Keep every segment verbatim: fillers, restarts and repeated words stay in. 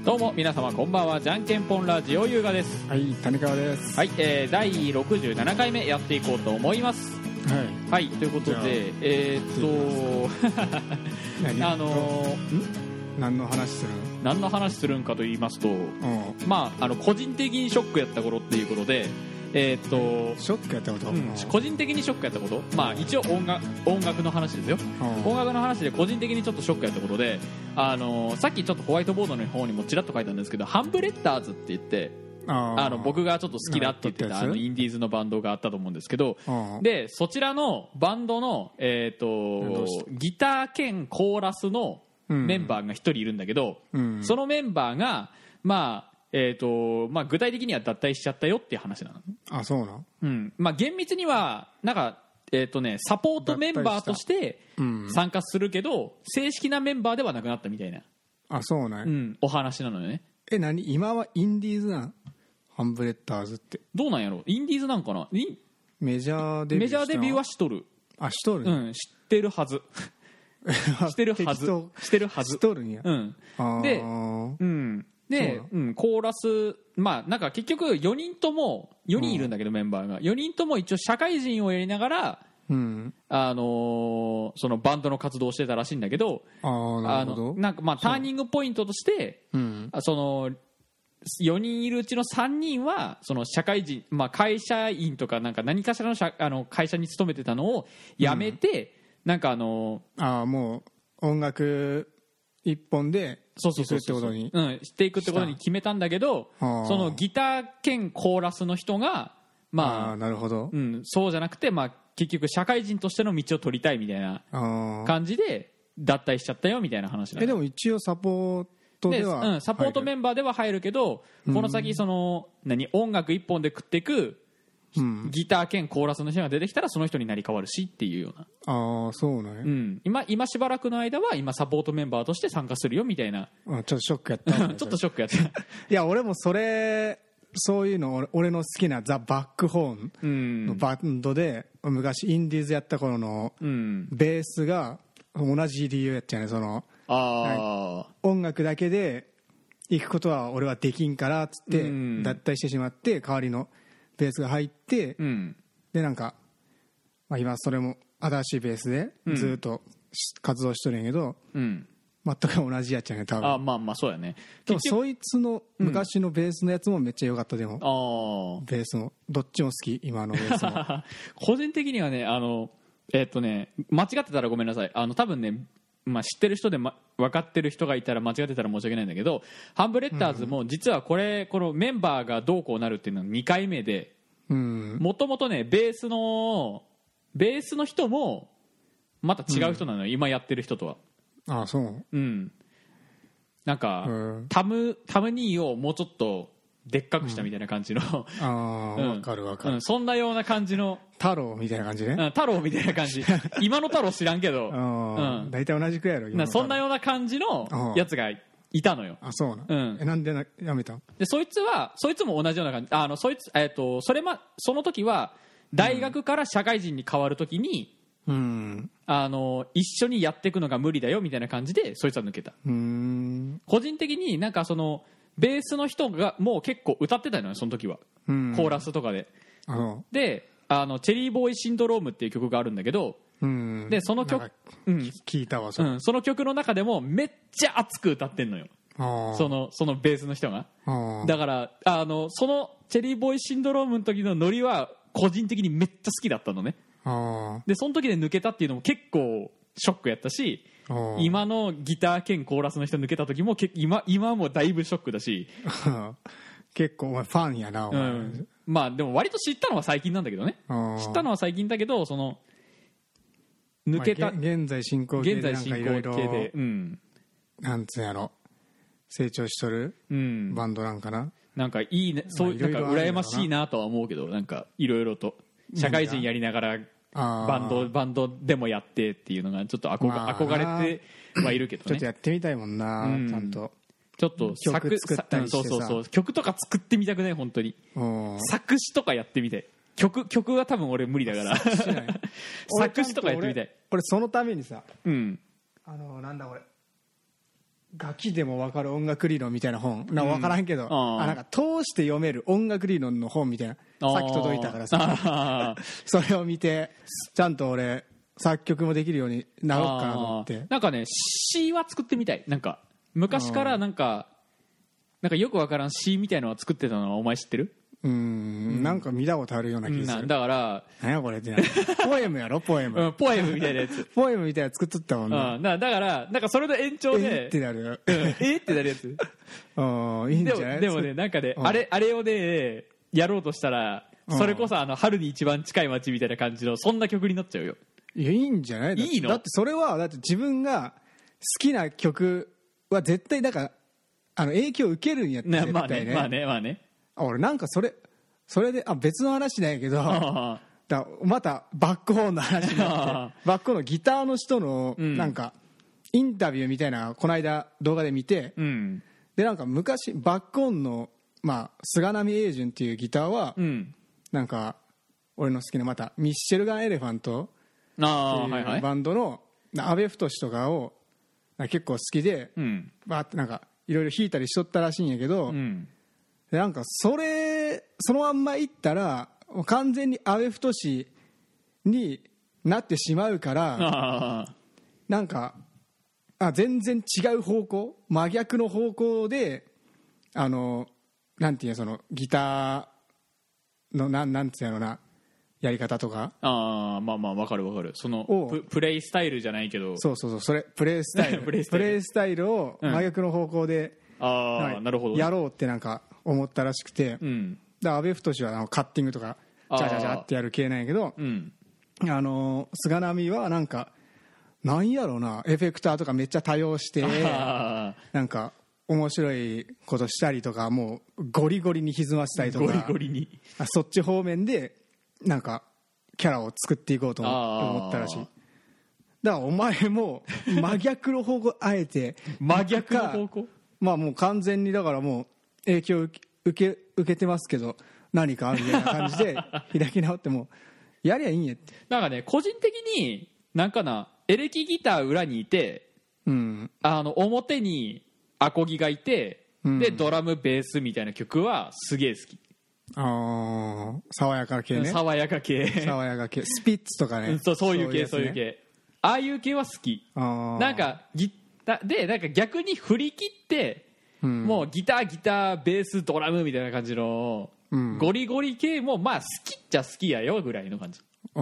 どうも皆様こんばんは。じゃんけんぽんラジオ優雅です。 はい、谷川です。 はい、えー、だいろくじゅうななかいめやっていこうと思います。はい、はい、ということでえー、っとあのー、 何の話するの何の話するんかと言いますと、まあ、あの個人的にショックやった頃っていうことで、えー、っとショックやったこと、うん、 個人的にショックやったこと、まあ、一応音楽、音楽の話ですよ。音楽の話で個人的にちょっとショックやったことで、あのさっきちょっとホワイトボードの方にもちらっと書いたんですけど、ハンブレッダーズって言って、ああの僕がちょっと好きだって言ってたあのインディーズのバンドがあったと思うんですけど、でそちらのバンドの、えー、とギター兼コーラスのメンバーがひとりいるんだけど、うん、そのメンバーがまあえーとまあ、具体的には脱退しちゃったよっていう話なの。 あ、そうなの、 うんまあ、厳密にはなんか、えーとね、サポートメンバーとして参加するけど、うん、正式なメンバーではなくなったみたいな、 あ、そうね、 うん、お話なのよね。 え、何今はインディーズなんハンブレッダーズって。 どうなんやろ、インディーズなんかな。 メジャーデビューメジャーデビューはしとる。 あ、しとる、 うん、知ってるはずしてるはずしてるはずしとるんや、 うん、で、うんで、うん、コーラス、まあなんか結局よにんともよにんいるんだけど、メンバーがよにんとも一応社会人をやりながら、うん、あのー、そのバンドの活動をしてたらしいんだけど、 あなるほど、 あのなんかまあターニングポイントとして、うん、そのよにんいるうちのさんにんはその社会人、まあ、会社員とかなんか何かしらの社あの会社に勤めてたのを辞めて、うん、なんかあのー、あもう音楽一本でそうそうそうそう、うん、していくってことに決めたんだけど、そのギター兼コーラスの人がまあ、 あなるほど、 うん、そうじゃなくて、まあ、結局社会人としての道を取りたいみたいな感じで脱退しちゃったよみたいな話なんだ。 えでも一応サポートでは、 うん、サポートメンバーでは入るけど、この先その何音楽一本で食っていくうん、ギター兼コーラスの人が出てきたらその人になり変わるしっていうような。 ああそうね、 うん、今, 今しばらくの間は今サポートメンバーとして参加するよみたいな。 あちょっとショックやった、ね、 ちょっとショックやったいや俺もそれそういうの俺の好きなザ・バックホーンのバンドで、うん、昔インディーズやった頃のベースが同じ理由やったよね。そのあ音楽だけで行くことは俺はできんからっつって脱退してしまって、代わりのベースが入って、うん、でなんか、まあ、今それも新しいベースでずっと活動しとるんやけど、うん、全く同じやっちゃうね多分。 あまあまあそうやね。 でもそいつの昔のベースのやつもめっちゃ良かった。でも、うん、ベースもどっちも好き今のベースも個人的にはねあのえー、っとね間違ってたらごめんなさい。あの多分ねまあ、知ってる人で、ま、分かってる人がいたら間違ってたら申し訳ないんだけど、ハンブレッダーズも実はこれこのメンバーがどうこうなるっていうのはにかいめで、もともとねベースのベースの人もまた違う人なのよ、うん、今やってる人とは。 ああそううんなんかタムタムニーをもうちょっとでっかくしたみたいな感じの、うん、 ああ、うん、分かる分かる、 うん、そんなような感じの太郎みたいな感じね、 うん、太郎みたいな感じ今の太郎知らんけど、うん、 大体同じくらいやろ今の。 そんなような感じのやつがいたのよ。 あそうな、うん、えなんでなやめたんでそいつはそいつも同じような感じ。あのそいつ、えー、とそれ、ま、その時は大学から社会人に変わる時に、うん、あの一緒にやっていくのが無理だよみたいな感じでそいつは抜けた。うーん個人的になんかそのベースの人がもう結構歌ってたのよその時は、うん、コーラスとかで。あであのチェリーボーイシンドロームっていう曲があるんだけど、うん、でその曲、 うん、聞いたわそれ、 うん、その曲の中でもめっちゃ熱く歌ってんのよそのそのベースの人が。だからあのそのチェリーボーイシンドロームの時のノリは個人的にめっちゃ好きだったのね。でその時で抜けたっていうのも結構ショックやったし、今のギター兼コーラスの人抜けた時もけ 今, 今もだいぶショックだし結構お前ファンやなお前、うん、 まあでも割と知ったのは最近なんだけどね。知ったのは最近だけどその抜けた、 まあ、現在進行形でなんかいろいろなんつうんやろ成長しとる、うん、バンドなんかな。 なんかいいね、そういう、なんか羨ましいなとは思うけど、なんかいろいろと社会人やりながらバンドバンドでもやってっていうのがちょっと憧、まあ、憧れてはいるけどね。 ちょっとやってみたいもんな、うん、ちゃんとちょっと曲作ったりしてさ、 そうそうそう曲とか作ってみたくない本当に。作詞とかやってみたい。曲曲は多分俺無理だから作詞とかやってみたい。 俺そのためにさ、 うん、 あのなんだこれガキでも分かる音楽理論みたいな本なんか分からんけど、うん、あなんか通して読める音楽理論の本みたいなさっき届いたからさそれを見てちゃんと俺作曲もできるようになろうかなと思って。 なんかね詩は作ってみたい。なんか昔からなんかなんかよく分からん詩みたいなのを作ってたのはお前知ってる？ うーんなんか見たことあるような気がする、 うん、だから何やこれってポエムやろポエム、 うん、ポエムみたいなやつポエムみたいな作っとったもんね、 うん、だからなんかそれの延長でえってなるえってなるやつあいいんじゃない？ でもねなんかね、うん、あれあれをねやろうとしたらそれこそあの春に一番近い街みたいな感じのそんな曲になっちゃうよ。 いやいいんじゃない？ いいの？ だってそれはだって自分が好きな曲は絶対だからあの影響を受けるんやって絶対ね。 まあねまあねまあね。 あ俺なんかそれそれであ別の話なんやけどだまたバックホーンの話になってバックホーンのギターの人のなんかインタビューみたいなこの間動画で見て、うん、でなんか昔バックホーンの、まあ、菅波英順っていうギターは、うん、なんか俺の好きなまたミッシェルガン・エレファントっていうバンドの阿部太とかを結構好きで、うん、バーってなんかいろいろ弾いたりしとったらしいんやけど、うんでなんかそれそのまんまいったら完全に阿部太になってしまうからなんかあ全然違う方向真逆の方向であのなんていうそのギターのなんなんていうのなやり方とかあまあまあ分かる分かるその プ, プレイスタイルじゃないけどそうそうそうそれプレイスタイルプレイスタイル、プレイスタイルを真逆の方向で、 うん、あなるほどやろうってなんか思ったらしくて、うん、だ阿部太はあのカッティングとかジャジャジャってやる系なんやけど、うん、あの菅波はなんかなんやろうなエフェクターとかめっちゃ多用してなんか面白いことしたりとかもうゴリゴリに歪ませたりとかゴリゴリにそっち方面でなんかキャラを作っていこうと思ったらしい。だからお前も真逆の方向あえて真逆の方向まあもう完全にだからもう影響を受け、受けてますけど何かあるみたいな感じで開き直ってもやりゃいいんやって。 なんかね個人的になんかなエレキギター裏にいて、うん、あの表にアコギがいて、うん、でドラムベースみたいな曲はすげえ好き。 あ爽やか系ね。 爽やか系爽やか系スピッツとかねそうそういう系そういう、ね,、いう系ああいう系は好き。あなんかギタでなんか逆に振り切ってうん、もうギターギターベースドラムみたいな感じの、うん、ゴリゴリ系もまあ好きっちゃ好きやよぐらいの感じ。 うん、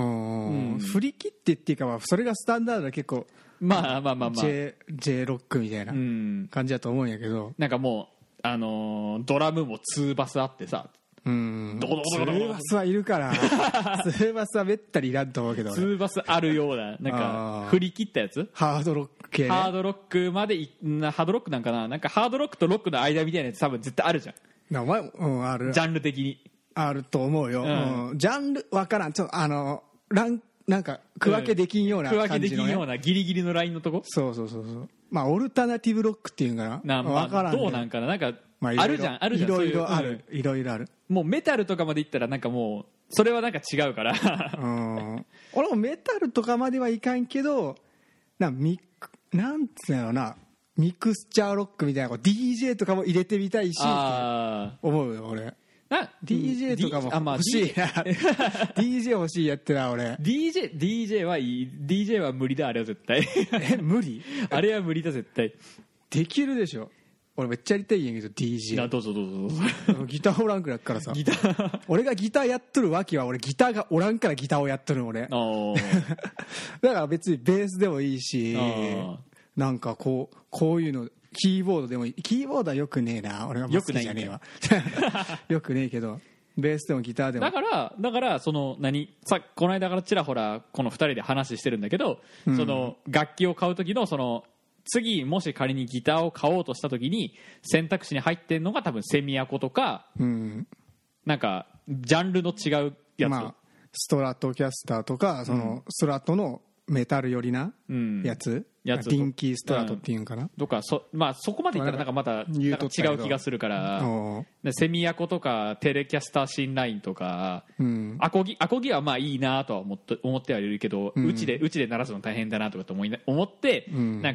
振り切ってっていうか、まあ、それがスタンダードで結構まあまあまあまあ J, J ロックみたいな感じだと思うんやけど、うん、 なんかもうあのー、ドラムもツーバスあってさうんドドドドドドツーバスはいるからツーバスはめったりいらんと思うけどツーバスあるようななんか振り切ったやつハードロック系、ね、 ハードロックまでいハードロックなんかななんかハードロックとロックの間みたいなやつ多分絶対あるじゃん。 お前、うん、あるジャンル的にあると思うよ、うんうん、ジャンルわからんちょっとあのランなんか区分けできんような感じの、ね、 区分けできんようなギリギリのラインのとこそうそうそうそうまあオルタナティブロックっていうんかなな、まあ、分からんどうなんかななんかまあ、あるじゃんあるじゃんいろいろあるいろいろあるもうメタルとかまでいったらなんかもうそれはなんか違うからうん俺もメタルとかまではいかんけどなミなんつうのなミクスチャーロックみたいな ディージェー とかも入れてみたいしって思うよ俺な ディージェー とかも欲しいな ディージェー 欲しいやってな俺ディージェー ディージェー はいい ディージェー は無理だあれは絶対え無理あれは無理だ絶対できるでしょ俺めっちゃやりたいんやけど ディージェーどうぞどうぞどうぞギターおらんくらいからさギター俺がギターやっとるわけは俺ギターがおらんからギターをやっとる俺だから別にベースでもいいしなんかこうこういうのキーボードでもいいキーボードはよくねえな俺は好きじゃねえわよくねえけどベースでもギターでもだからだからその何さこの間からちらほらこのふたりで話してるんだけど、うん、その楽器を買う時のその次もし仮にギターを買おうとした時に選択肢に入ってるのが多分セミアコとか、うん、なんかジャンルの違うやつ、まあ、 ストラトキャスターとかそのストラトのメタル寄りなやつ、うん、やつリンキーストラトっていうんかな、うん、 とか そ,、まあ、そこまでいったらなんかまたなんか違う気がするからセミアコとかテレキャスターシンラインとか、うん、アコギアコギはまあいいなとは思って思ってはいるけど、うん、うちでうちで鳴らすの大変だなとかと思い思って、うん、なんか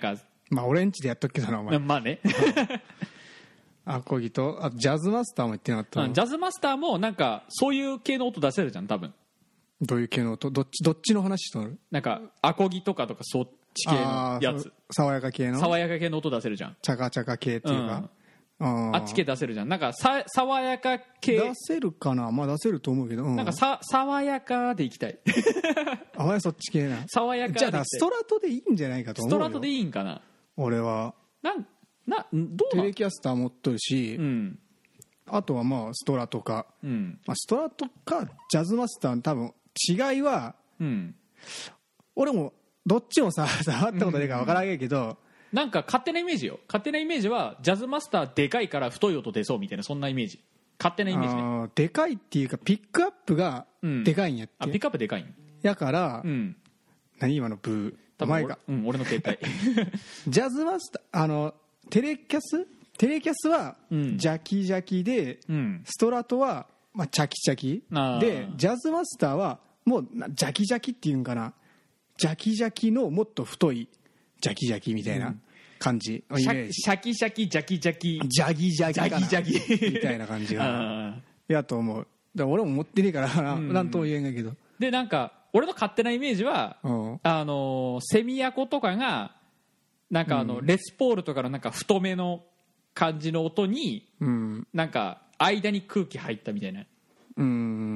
まあ俺んちでやっとくけどなお前まあねアコギとあとジャズマスターも言ってなかったの、 うん、ジャズマスターもなんかそういう系の音出せるじゃん多分。 どういう系の音どっちどっちの話しとる？ なんかアコギとかとかそっち系のやつ、 爽やか系の爽やか系の音出せるじゃん。 チャカチャカ系っていうか、 うん、あ, あっち系出せるじゃん。なんかさ爽やか系出せるかな。まあ出せると思うけど、うん、 なんかさ爽やかでいきたいあまりそっち系な爽やかでいきたい。 じゃあストラトでいいんじゃないかと思うよ。 ストラトでいいんかな。 俺はなんなどうなテレキャスター持っとるし、 うん、 あとはまあストラトか、 うんまあ、ストラトかジャズマスターの多分違いは、 うん、 俺もどっちもさ触ったことないから分からんけど、うんうん、 なんか勝手なイメージよ。勝手なイメージはジャズマスターでかいから太い音出そうみたいな、そんなイメージ。勝手なイメージね。 あでかいっていうかピックアップがでかいんやって、 うん、あピックアップでかいんやから、 うん、 何今のブー多分俺、うん、俺の携帯ジャズマスターあのテレキャステレキャスはジャキジャキで、うん、ストラトは、まあ、チャキチャキで、ジャズマスターはもうジャキジャキっていうんかな、ジャキジャキのもっと太いジャキジャキみたいな感じ、うん、 シャシャキシャキジャキジャキジャギジャギかなジャギジャギみたいな感じがやと思う。だから俺も持ってねえからな、うん、なんとも言えんがけど。 でなんか俺の勝手なイメージは、うん、あのセミヤコとかがなんかあの、うん、レスポールとかのなんか太めの感じの音に、うん、なんか間に空気入ったみたいな、うん、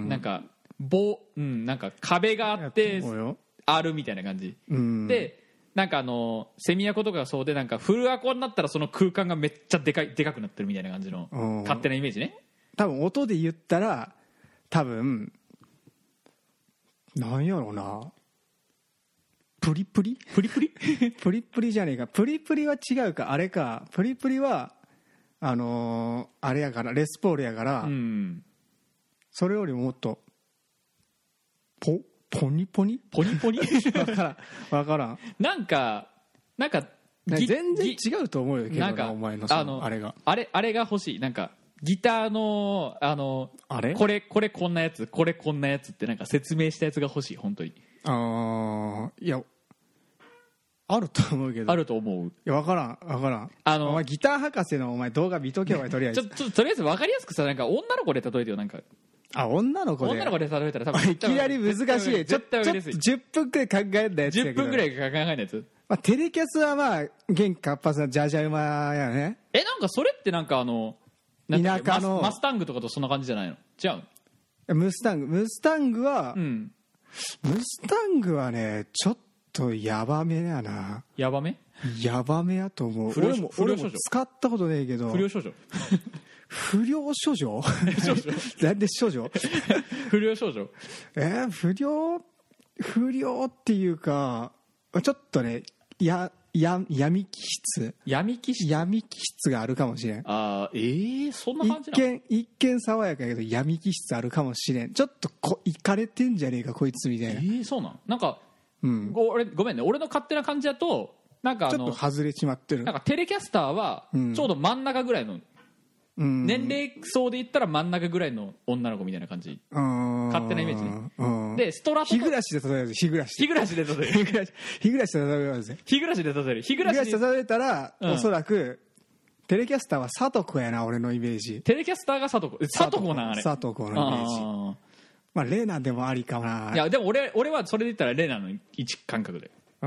なんか棒、うん、なんか壁があってあるみたいな感じ、うん、でなんかあのセミアコとかがそうで、なんかフルアコになったらその空間がめっちゃでかいでかくなってるみたいな感じの勝手なイメージね。 多分音で言ったら多分なんやろうな、プリプリプリプリプリプリじゃねえか。プリプリは違うか、あれか。プリプリはあのー、あれやからレスポールやから、うん、それよりももっとポポニポニポニポニ分からん分からん。 なんかなんか全然違うと思うよけどな、なんかお前のそのあのあれがあれあれが欲しい。なんかギターのあのあれこれこれこんなやつこれこんなやつってなんか説明したやつが欲しい本当に。 ああいやあると思うけど。 あると思う。いや分からん分からん。あのお前ギター博士のお前動画見とけばとりあえずちょちょっととりあえず分かりやすくさ、なんか女の子で例えてよ。なんかあ女の子で女の子で例えたら多分いきなり難しい。ちょっとじゅっぷんくらい考えんだやつやけど。 じゅっぷんくらい考えんだやつ、 まあ、テレキャスはまあ元気活発なジャジャ馬やね。 えなんかそれってなんかあのなん田舎のマ, マスタングとかとそんな感じじゃないの？違う？ ムスタングムスタングは、うん、ムスタングはねちょっとヤバめやな。 ヤバめ？ ヤバめやと思う。俺も俺も使ったことねえけど。 不良少女不良少女なんで少女不良少女えー、不良不良っていうかちょっとねやや闇気質闇気質闇気質があるかもしれん。 あえー、そんな感じなの？一見一見爽やかやけど闇気質あるかもしれん。ちょっとこいかれてんじゃねえかこいつみたいな。 えー、そうなんなんか、うん、ご, 俺ごめんね俺の勝手な感じだとなんかあのちょっと外れちまってる。 なんかテレキャスターはちょうど真ん中ぐらいの、うん、年齢層で言ったら真ん中ぐらいの女の子みたいな感じ、うん、勝手なイメージね、うん、でストラト日暮らしで例える日暮らし日暮らしで例える日暮らし日暮らしで例える日暮らしで例える日暮らしで例えたら、うん、おそらくテレキャスターは佐藤子やな俺のイメージ。 テレキャスターが佐藤子佐藤子なんあれ佐藤子のイメージ。あまあレナでもありかな。 いやでも 俺, 俺はそれで言ったらレナの位置感覚で、うん、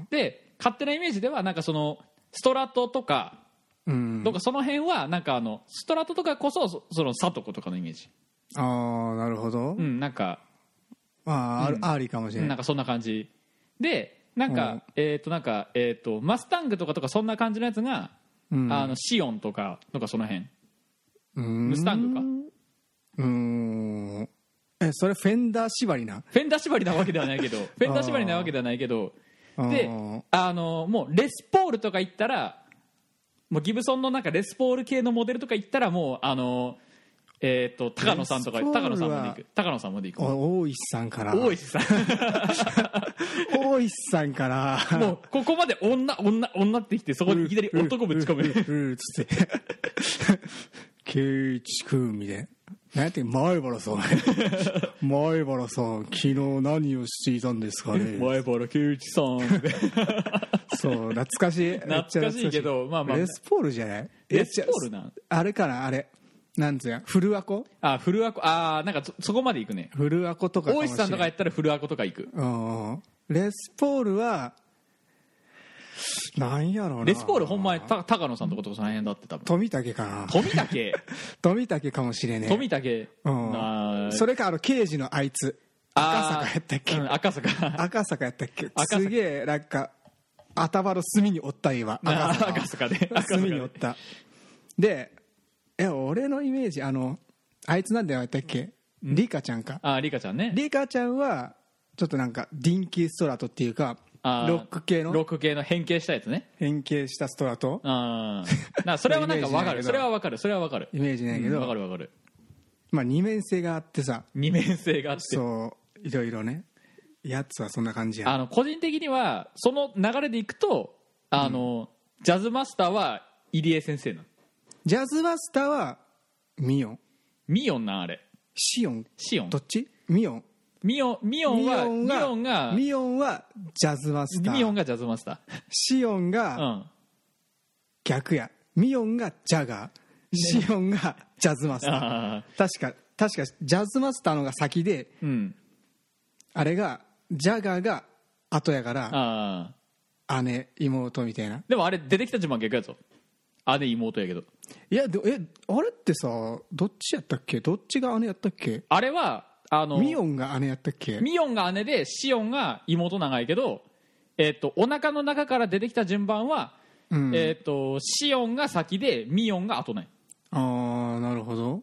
で勝手なイメージではなんかそのストラトとか、うん、とかその辺はなんかあのストラトとかこそその佐藤子とかのイメージ。 ああなるほど、 うん、なんかあ、うん、ありかもしれない。 なんかそんな感じでなんか、うん、えっ、ー、となんかえっ、ー、とマスタングとかとかそんな感じのやつが、うん、あのシオンとかとかその辺ムスタングかうーんえそれフェンダー縛りなフェンダー縛りなわけではないけどフェンダー縛りなわけではないけどであのもうレスポールとか言ったらもうギブソンのなんかレスポール系のモデルとか言ったらもうあのえー、と高野さんとか高野さんまで行く高野さんまで行く大石さんから大石さん大石さんからもうここまで女女女ってきてそこにいきなり男ぶち込むうつって圭一君みたいな何やって前原さん前原さん昨日何をしていたんですかね前原圭一さんそう懐かしい懐かしいけどまあまあレスポールじゃないレスポールなんあれかなあれなんつうやフルアコあフルアコああなんか そ, そこまで行くねフルアコとかかもしれない大石さんとかやったらフルアコとか行くうんレスポールはなんやろうなレスポールほんまにた高野さんとことかその辺だって多分富武かな富武富武かもしれねえ富武、 うん、それかあの刑事のあいつ赤坂やったっけ、 うん、赤坂赤坂やったっけすげえなんか頭の隅におったいわ赤坂赤坂で隅におったでえ俺のイメージあのあいつなんでやったっけリカちゃんかあリカちゃんねリカちゃんはちょっとなんかディンキーストラトっていうかロック系のロック系の変形したやつね変形したストラトああそれはなんか分かるそれは分かるそれは分かるイメージないけど、 うん、分かる分かるまあ二面性があってさ二面性があってそういろいろねやつはそんな感じやあの個人的にはその流れでいくとあの、うん、ジャズマスターは入江先生なのジャズマスターはミオンミオンなんあれシオンシオンどっちミオンミオンミオンはミオンがミオンはジャズマスターミオンがジャズマスターシオンが、うん、逆やミオンがジャガー、ね、シオンがジャズマスター確か確かジャズマスターのが先で、うん、あれがジャガーが後やから姉妹みたいなでもあれ出てきた順番逆やぞ姉妹やけどいやでえあれってさどっちやったっけどっちが姉やったっけあれはあのミオンが姉やったっけミオンが姉でシオンが妹長いけど、えー、とお腹の中から出てきた順番は、うんえー、とシオンが先でミオンが後ないあーなるほど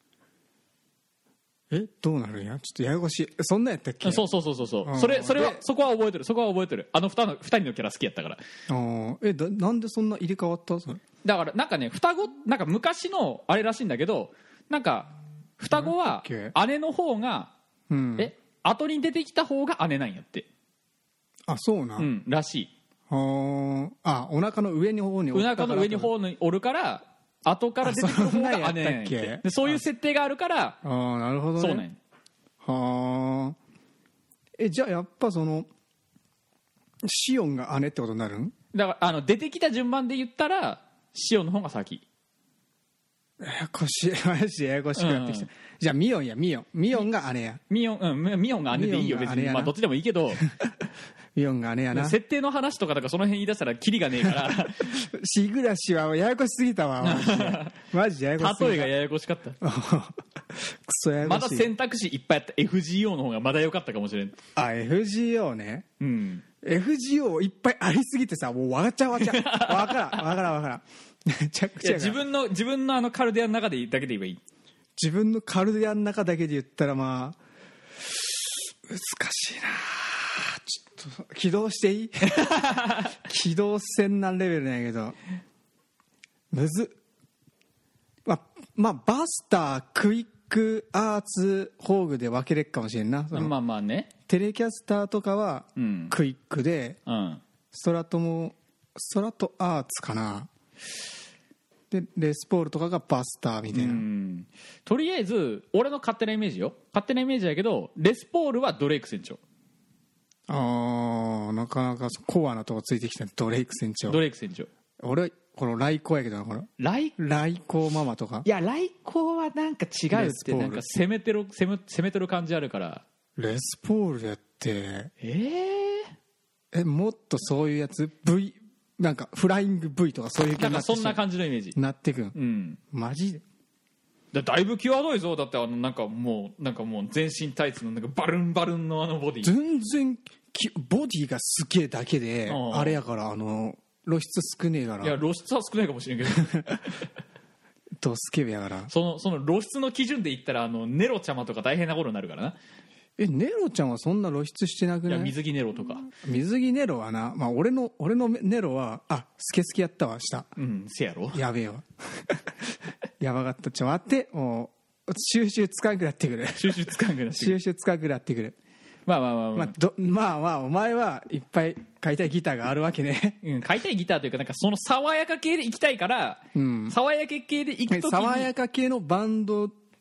えどうなるんやちょっとややこしいそんなんやったっけそうそうそうそうそう、うん、それそれはそこは覚えてるそこは覚えてるあの 2, のふたりのキャラ好きやったからあえだなんでそんな入れ替わったそれだからなんかね双子なんか昔のあれらしいんだけどなんか双子は姉の方が、うん、え後に出てきた方が姉なんやってあそうな、 うん、らしいはあお腹の上に方にお腹の上に方におるから後から出てくる方が姉なんやってでそういう設定があるからああなるほどねそうなんはあえじゃあやっぱそのシオンが姉ってことになるんだからあの出てきた順番で言ったらシオンの方が先ややこしいマジでややこしくなってきた、うん、じゃあミオンやミオンミオンが姉やミオン、うん、ミオンが姉でいいよ別にまあどっちでもいいけどミオンが姉やな設定の話とかとかその辺言い出したらキリがねえからシグラシはややこしすぎたわマジでマジでややこしすぎた例えがややこしかったクソややこしいまだ選択肢いっぱいあった エフジーオー の方がまだ良かったかもしれんあ エフジーオー ねうんエフジーオー いっぱいありすぎてさもうわちゃわちゃわからんわからんわからんめちゃくちゃ自分の自分のあのカルデアの中でだけで言えばいい自分のカルデアの中だけで言ったらまあ難しいなちょっと起動していい起動せんなんレベルなんやけどむずっまあまあバスタークイックアーツホーグで分けれっかもしれんなまあまあねテレキャスターとかはクイックで、うん、ストラトもストラトアーツかなでレスポールとかがバスターみたいなうんとりあえず俺の勝手なイメージよ勝手なイメージやけどレスポールはドレイク船長あーなかなかコアなとこついてきたドレイク船長ドレイク船長俺この来航やけどなこの来来航ママとかいや来航はなんか違うってなんか攻めてる攻め、攻めてる感じあるからレスポールやってえー、 えもっとそういうやつ Vなんかフライング V とかそういうなんかそんな感じのイメージなってくん、 うん、 マジでだ, だいぶ際どいぞだってあのなんかもうなんかもう全身タイツのなんかバルンバルンのあのボディ全然ボディがすげえだけであれやからあの露出少ねえからいや露出は少ないかもしれんけどドスケベやからそのその露出の基準で言ったらあのネロちゃまとか大変なことになるからなえネロちゃんはそんな露出してなくない？いや水着ネロとか水着ネロはな、まあ、俺の俺のネロはあスケスケやったわしたうんせやろやべえわやばかったちょ待ってもう収集つかんくなってくる収集つかんくなってくる収集つかんくなってくるまあまあまあまあ、まあ、 どまあまあお前はいっぱい買いたいギターがあるわけね、 うん、買いたいギターというかなんかその爽やか系でいきたいから、うん、爽やか系でいくときに爽やか系のバンド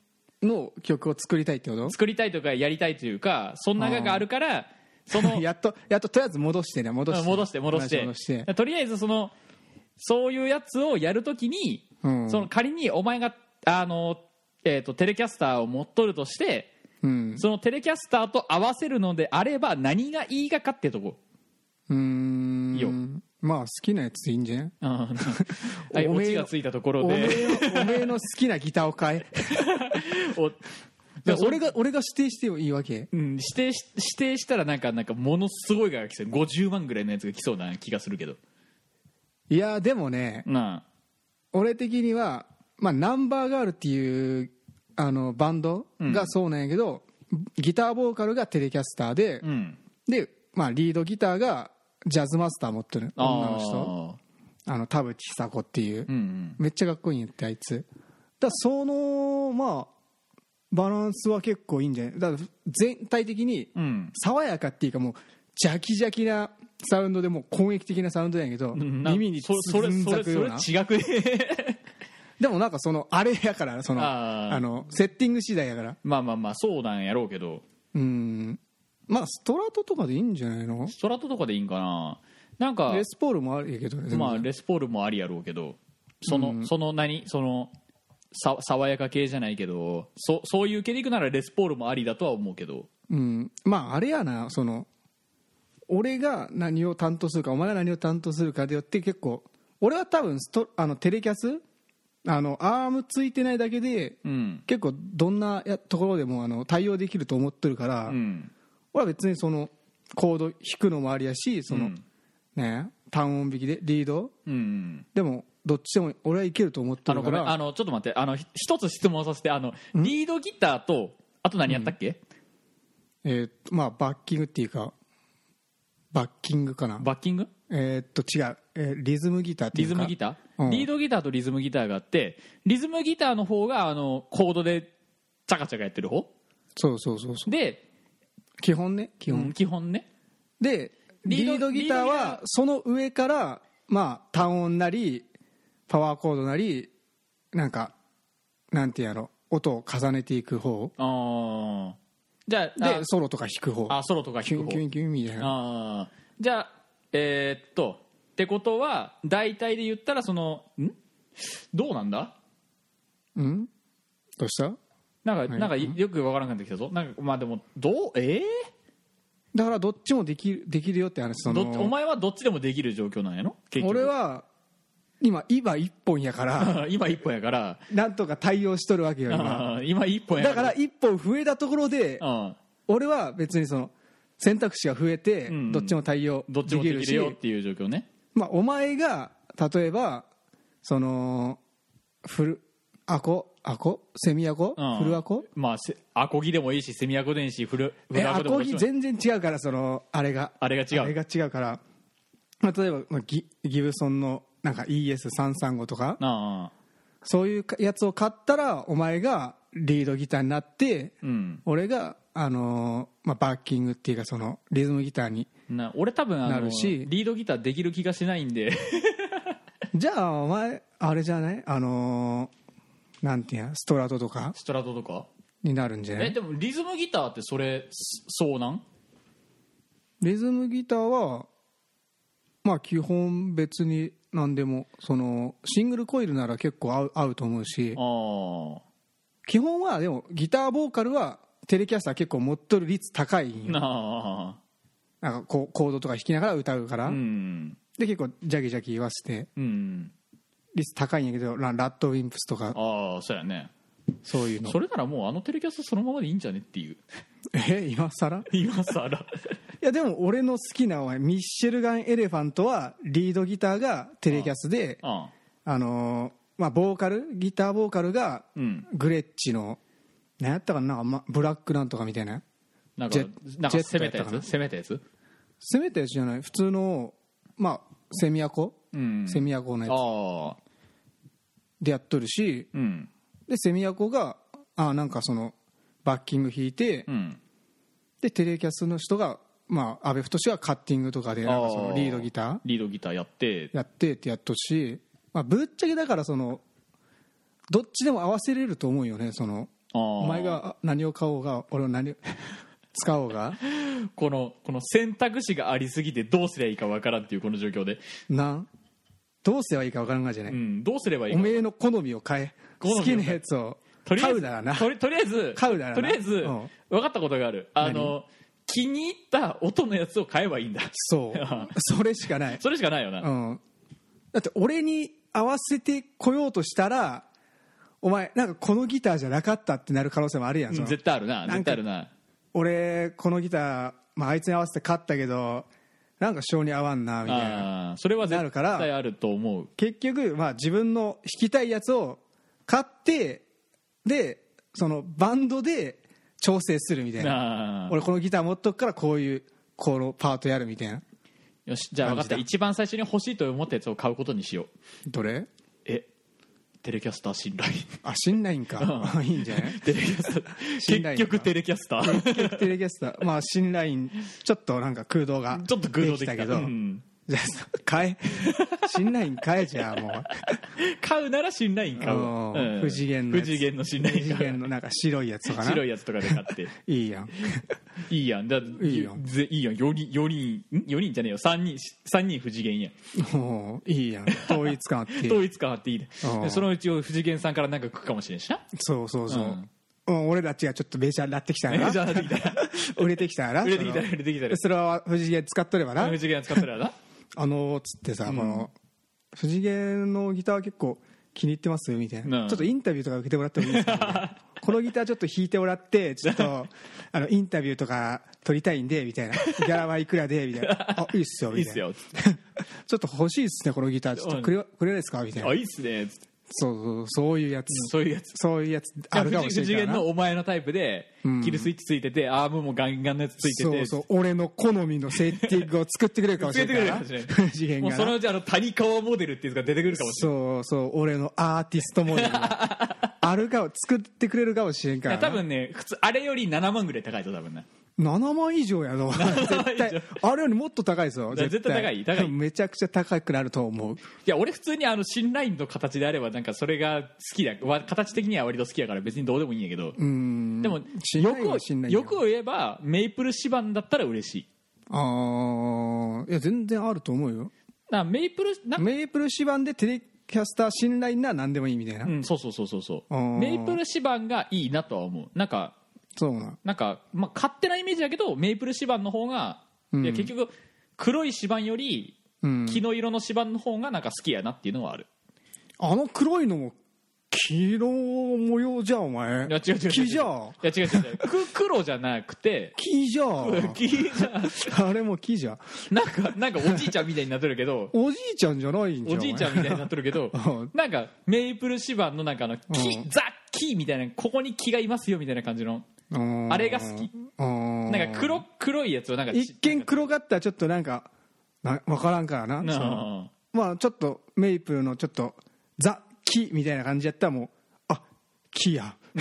の曲を作りたいってこと？ 作りたいとかやりたいというか、そんなががあるからそのやっとやっととりあえず戻してね戻して戻して戻して戻してとりあえずそのそういうやつをやるときに、うん、その仮にお前があの、えー、とテレキャスターを持っとるとして、うん、そのテレキャスターと合わせるのであれば何がいいがかってとこうーんよまあ好きなやつでいいんじゃんあはい、オチがついたところでおめえおめえの好きなギターを買えお俺が俺が指定してもいいわけ、 うん、指定し指定したらなんかなんかものすごいが来そうごじゅうまんぐらいのやつが来そうな気がするけどいやでもねなあ俺的には、まあ、ナンバーガールっていうあのバンドがそうなんやけど、うん、ギターボーカルがテレキャスターで、うん、で、まあ、リードギターがジャズマスター持ってる女の人あの田淵久子っていう、うんうん、めっちゃかっこいいんやってあいつだそのまあバランスは結構いいんじゃないだから全体的に爽やかっていうかもうジャキジャキなサウンドでもう攻撃的なサウンドやけど、うん、耳につんざくようなそれ違くねでもなんかそのあれやからその あ, あのセッティング次第やからまあまあまあそうなんやろうけどうんまあストラトとかでいいんじゃないのストラトとかでいいんかななんかレスポールもありやけどねまあレスポールもありやろうけどその、うん、その何そのさ爽やか系じゃないけど そ, そういう系でいくならレスポールもありだとは思うけどうんまああれやなその俺が何を担当するかお前が何を担当するかでよって結構俺は多分ストあのテレキャスあのアームついてないだけで、うん、結構どんなやところでもあの対応できると思ってるから、うん、俺は別にそのコード弾くのもありやしその、うん、ね単音弾きでリード、うん、でもどっちでも俺はいけると思ってるからあのあのちょっと待ってあの一つ質問させてあのリードギターとあと何やったっけ、 うん、えー、まあバッキングっていうかバッキングかなバッキングえー、っと違う、えー、リズムギターっていうかリズムギター、うん、リードギターとリズムギターがあってリズムギターの方があのコードでチャカチャカやってる方そうそうそうそうで基本ね基本、 うん、基本ねでリードギターはその上からまあ単音なりパワーコードなりなんかなんてやろ音を重ねていく方あじゃあでソロとか弾く方あソロとか弾く方キュンキュンキュンみたいなあじゃあえー、っとってことは大体で言ったらそのんどうなんだんどうしたなんか、はい、なんかよくわからなくなってきたぞなんかまあでもどうえー、 だからどっちもできるできるよって話そのお前はどっちでもできる状況なんやろ結局俺は今今一本やから今一本やからなんとか対応しとるわけよ今今一本やからだから一本増えたところで俺は別にその選択肢が増えてどっちも対応できるし、 どっちもできるよっていう状況ねまあお前が例えばそのフルアコアコセミアコ、うん、フルアコまあアコギでもいいしセミアコでもいいしフルフルアコでもいいしアコギ全然違うからそのあれがあれが違うあれが違うから、まあ、例えば、まあ、ギ, ギブソンのなんか イーエスさんさんご とかああそういうやつを買ったらお前がリードギターになって、うん、俺があのーまあ、バッキングっていうかそのリズムギターにな俺多分あのなるしリードギターできる気がしないんでじゃあお前あれじゃないあのー、なんていうストラトとかストラトとかになるんじゃないえでもリズムギターってそれそうなんリズムギターはまあ基本別に何でもそのシングルコイルなら結構合う、合うと思うしあ基本はでもギターボーカルはテレキャスター結構持っとる率高いんよあなんかこうコードとか弾きながら歌うから、うん、で結構ジャギジャギ言わせて、うん、率高いんやけどラッドウィンプスとかああそうやねそういうのそれならもうあのテレキャスそのままでいいんじゃねっていうえ今更今更いやでも俺の好きなミッシェルガン・エレファントはリードギターがテレキャスで あ, あ, あのー、まあボーカルギターボーカルがグレッチの何やったかな、ま、ブラックなんとかみたいななんかなんか攻めたやつ攻めたやつ攻めたやつじゃない普通のまあセミアコ、うん、セミアコのやつでやっとるし、うん、でセミアコがあなんかそのバッキング弾いて、うん、でテレキャスの人がまあ阿部太がカッティングとかでなんかそのリードギターリードギターやってやってってやっとし、まあ、ぶっちゃけだからそのどっちでも合わせれると思うよねそのお前が何を買おうが俺は何を使おうがこのこの選択肢がありすぎてどうすりゃいいかわからんっていうこの状況でなどうすればいいかわからんがじゃない、 うん、どうすればいいかおめえの好みを変え好きなやつを買うだらなとりとりあえず買うだらなとりあえず、うん、分かったことがある。あの気に入った音のやつを買えばいいんだ。 そうそれしかないそれしかないよな、 うん、だって俺に合わせてこようとしたらお前なんかこのギターじゃなかったってなる可能性もあるやん、 うん、絶対あるな絶対あるな。 俺このギター、まあ、あいつに合わせて買ったけどなんか性に合わんなみたいな。 あそれは絶対あると思う。 結局、まあ、自分の弾きたいやつを買ってでそのバンドで調整するみたいな。俺このギター持っとくからこういうこのパートやるみたいな。 よしじゃあ分かった。一番最初に欲しいと思ったやつを買うことにしよう。どれ？ えテレキャスター信頼。 あ信頼か、うん、いいんじゃない。 テレキャスター結局テレキャスター結局テレキャスターまあ信頼ちょっとなんか空洞がちょっと空洞できたけど、うん、じゃあ買え信頼買えじゃあもう買うなら信頼買う、 うん、不次元の不次元の信頼不次元のなんか白いやつとかな白いやつとかで買っていいやんいいやんだいいやんいいやんよにんよにんよにんじゃねえよさんにんさんにん不次元やんいいやん統一感あって統一感あっていいね。そのうちを不次元さんからなんか来るかもしれんしな。 そうそうそう、うんうん、俺たちがちょっとメジャーになってきたらな売れてきたら売れてきたら売れてきたらそれは不次元使っとればな不次元使っとればなあのー、つってさ、うん、この不次元のギター結構気に入ってますみたいな、うん、ちょっとインタビューとか受けてもらってもいいですかこのギターちょっと弾いてもらってちょっとあのインタビューとか撮りたいんでみたいなギャラはいくらでみたいなあいいっすよみたいないいっすよちょっと欲しいっすねこのギターちょっとくれくれないですかみたいなあいいっすねつってそうそうそういうやつ、 うん、そういうやつそういうやつあるかもしれない。不次元のお前のタイプで、うん、キルスイッチついててアームもガンガンのやつついててそうそう俺の好みのセッティングを作ってくれるかもしれないから不次元がもうそのうちあの谷川モデルっていうのが出てくるかもしれない。 そうそう俺のアーティストモデルがあるかを作ってくれるかもしれんから多分ね普通あれよりななまんぐらい高いと多分ねななまん以上やろ絶対あれよりもっと高いですよ絶対高い高いめちゃくちゃ高くなると思う。いや俺普通にあの新ラインの形であればなんかそれが好きだ形的には割と好きやから別にどうでもいいんやけどうんでもよくよく言えばメイプル指板だったら嬉しい。 ああいや全然あると思うよ。 なメイプルなメイプル指板でテレキャスター新ラインなら何でもいいみたいな、 うん、そうそうそうそうそうメイプル指板がいいなとは思う。なんかそうななんか、まあ、勝手なイメージだけどメイプル指板の方が、うん、いや結局黒い指板より木の色の指板の方がなんか好きやなっていうのはある。 あの黒いのも黄色模様じゃんお前。 いや違う違う違う木じゃん。 いや違う違う違う黒じゃなくて木じゃん木じゃんあれも木じゃん。 なんかなんかおじいちゃんみたいになってるけどおじいちゃんじゃないんじゃんおじいちゃんみたいになってるけどなんかメイプル指板のなんかあの木ザ木みたいなここに木がいますよみたいな感じのあれが好き。なんか 黒, 黒いやつをなんか一見黒かったらちょっとなんかな分からんからなそまあちょっとメイプルのちょっとザ木みたいな感じやったらもうあ木や、うん、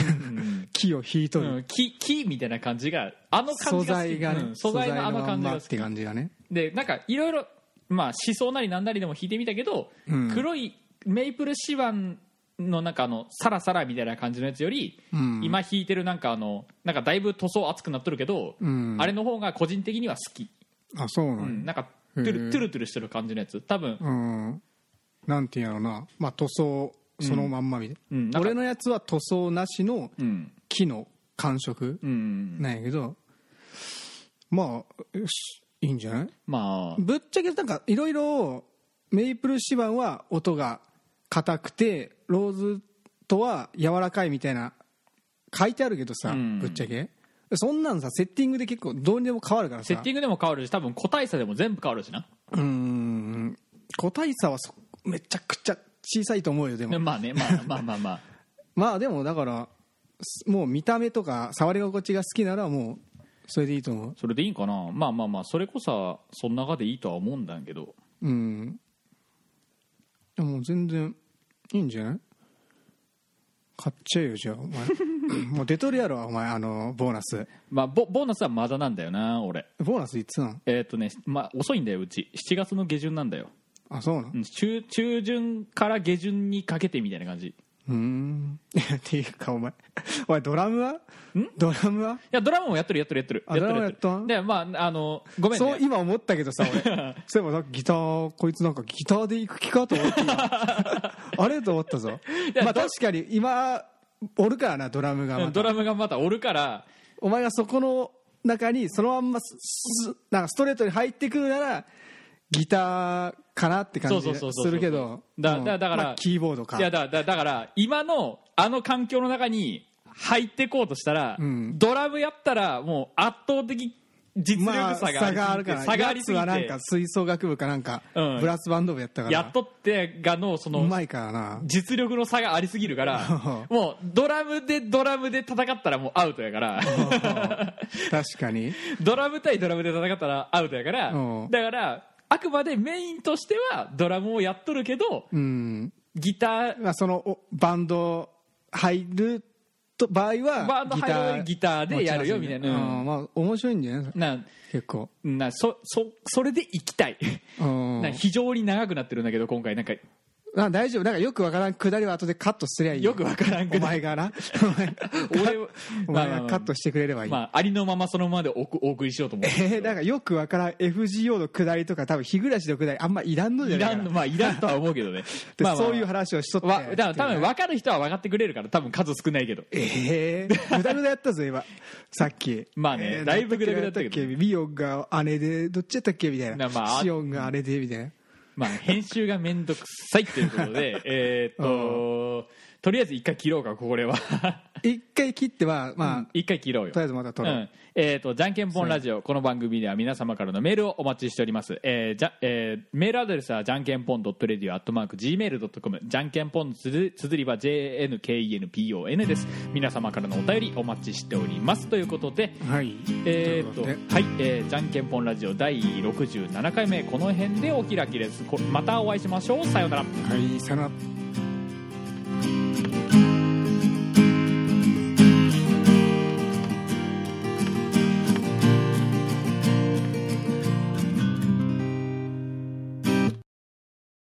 木を引いとる、うん、 木, 木みたいな感じがあの感じが好き。素材がね、うん、素材のあの感じが好きって感じがね。 でなんかいろいろまあ思想なりなんなりでも引いてみたけど、うん、黒いメイプル指板のなんかあのサラサラみたいな感じのやつより、うん、今弾いてるなんかあのなんかだいぶ塗装厚くなっとるけど、うん、あれの方が個人的には好き。 あそうなん、 うん、なんかトゥルトゥルトゥルしてる感じのやつ多分、 うん、なんていうんやろな、まあ、塗装そのまんまみたいな、うんうん、俺のやつは塗装なしの木の感触なんやけど、まあよしいいんじゃない。まあぶっちゃけなんかいろいろメイプル指板は音が硬くてローズとは柔らかいみたいな書いてあるけどさ、うん、ぶっちゃけそんなんさセッティングで結構どうにでも変わるからさ。 セッティングでも変わるし多分個体差でも全部変わるしな。 うーん個体差はそめちゃくちゃ小さいと思うよでも。 まあねまあまあまあまあまあでもだからもう見た目とか触り心地が好きならもうそれでいいと思う。 それでいいんかな。まあまあまあそれこそその中でいいとは思うんだけど。 うんでも全然いいんじゃない。買っちゃえよじゃあお前もう出とるやろお前あのボーナス。 まあ ボ, ボーナスはまだなんだよな俺。 ボーナスいつなん。 えー、っとねまあ遅いんだようちしちがつの下旬なんだよ。 あそうなん、 うん、中, 中旬から下旬にかけてみたいな感じ。 うーんっていうかお前お前ドラムはドラムはいやドラムもやってるやってるやってるあドラムやったんでまああのごめんねそう今思ったけどさ俺そういえばギターこいつなんかギターで行く気かと思ってあれと思ったぞまあ確かに今おるからなドラムがまたドラムがまたおるからお前がそこの中にそのまんますなんかストレートに入ってくるならギターかなって感じするけどだだだから、 まあ、キーボードかいやだだだから今のあの環境の中に入ってこうとしたら、うん、ドラムやったらもう圧倒的実力差があるから差がありすぎて、やつはなんか吹奏楽部かなんか、うん、ブラスバンド部やったからやっとってがのそのうまいからな実力の差がありすぎるからもうドラムでドラムで戦ったらもうアウトやから確かにドラム対ドラムで戦ったらアウトやからだからあくまでメインとしてはドラムをやっとるけど、うん、ギター、 まあ、そのバンド入ると場合はバンド入るギターでやるよみたいな、 うん、まあ面白いんじゃないな結構な そ, そ, それで行きたいな非常に長くなってるんだけど今回なんかあ大丈夫なんかよくわからんくだりは後でカットすりゃいいよくわからんくだりお前がな俺お前がカットしてくれればいい、 まあ、ありのままそのままで お, お送りしようと思うえー、なんかよくわからん エフジーオー のくだりとか多分日暮のくだりあんまいらんのじゃないかないらん、まあ、いらんとは思うけどねまあ、まあ、そういう話をしとってだから多分分かる人は分かってくれるから多分数少ないけどええー、グダグダやったぞ今さっきまあね、えー、だいぶグダグダやったけどミオンが姉でどっちやったっけみたいな、まあ、シオンが姉でみたいなまあ、編集がめんどくさいということでえっととりあえず一回切ろうかこれは一回切ってはまあ、うん、 一回切ろうよとりあえずまた撮ろう、うんえー、とじゃんけんぽんラジオこの番組では皆様からのメールをお待ちしております、えーじゃえー、メールアドレスはじゃんけんぽん .radio アットマーク ジーメール ドットコム じゃんけんぽんのつづりは ジェーエヌケーイーエヌピーオーエヌ です、うん、皆様からのお便りお待ちしておりますということで、 はいえーとはいえー、じゃんけんぽんラジオだいろくじゅうななかいめこの辺でお開きです。またお会いしましょう。さようなら。 はいさよなら。